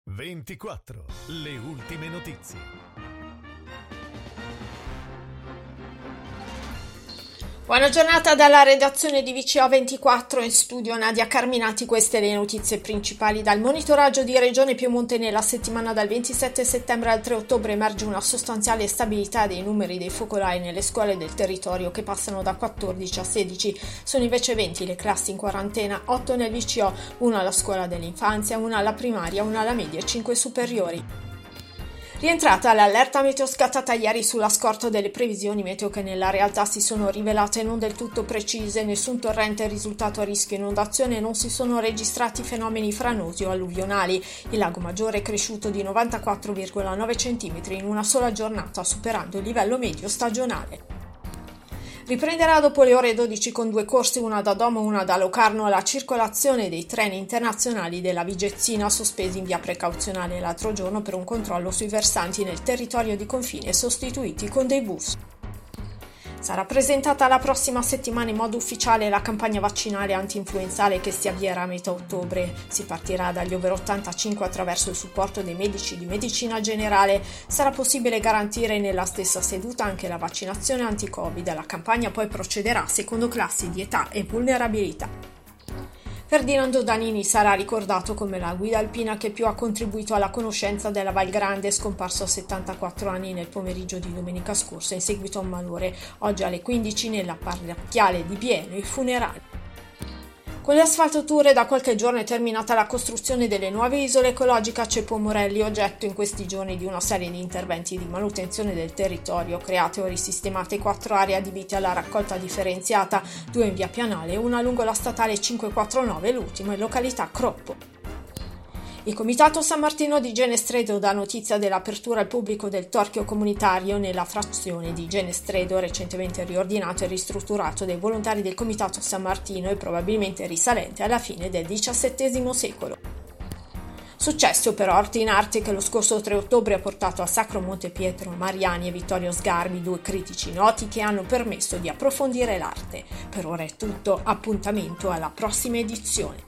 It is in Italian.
24. Le ultime notizie. Buona giornata dalla redazione di VCO24, in studio Nadia Carminati. Queste le notizie principali. Dal monitoraggio di Regione Piemonte nella settimana dal 27 settembre al 3 ottobre emerge una sostanziale stabilità dei numeri dei focolai nelle scuole del territorio, che passano da 14 a 16. Sono invece 20 le classi in quarantena, 8 nel VCO, una alla scuola dell'infanzia, una alla primaria, una alla media e 5 superiori. Rientrata l'allerta meteo scattata ieri sulla scorta delle previsioni meteo che nella realtà si sono rivelate non del tutto precise. Nessun torrente è risultato a rischio inondazione e non si sono registrati fenomeni franosi o alluvionali. Il lago Maggiore è cresciuto di 94,9 cm in una sola giornata, superando il livello medio stagionale. Riprenderà dopo le ore 12 con 2 corse, una da Domo e una da Locarno, la circolazione dei treni internazionali della Vigezzina, sospesi in via precauzionale l'altro giorno per un controllo sui versanti nel territorio di confine, sostituiti con dei bus. Sarà presentata la prossima settimana in modo ufficiale la campagna vaccinale anti-influenzale che si avvierà a metà ottobre. Si partirà dagli over 85 attraverso il supporto dei medici di medicina generale. Sarà possibile garantire nella stessa seduta anche la vaccinazione anti-Covid. La campagna poi procederà secondo classi di età e vulnerabilità. Ferdinando Danini sarà ricordato come la guida alpina che più ha contribuito alla conoscenza della Val Grande, scomparso a 74 anni nel pomeriggio di domenica scorsa in seguito a un malore. Oggi alle 15 nella parrocchiale di Bieno i funerali. Con le asfaltature da qualche giorno è terminata la costruzione delle nuove isole ecologiche a Ceppo Morelli, oggetto in questi giorni di una serie di interventi di manutenzione del territorio. Create o risistemate 4 aree adibite alla raccolta differenziata, 2 in via Pianale e una lungo la statale 549, l'ultimo in località Croppo. Il Comitato San Martino di Genestredo dà notizia dell'apertura al pubblico del torchio comunitario nella frazione di Genestredo, recentemente riordinato e ristrutturato dai volontari del Comitato San Martino e probabilmente risalente alla fine del XVII secolo. Successo per Orti in Arte, che lo scorso 3 ottobre ha portato a Sacro Monte Pietro Mariani e Vittorio Sgarbi, 2 critici noti che hanno permesso di approfondire l'arte. Per ora è tutto, appuntamento alla prossima edizione.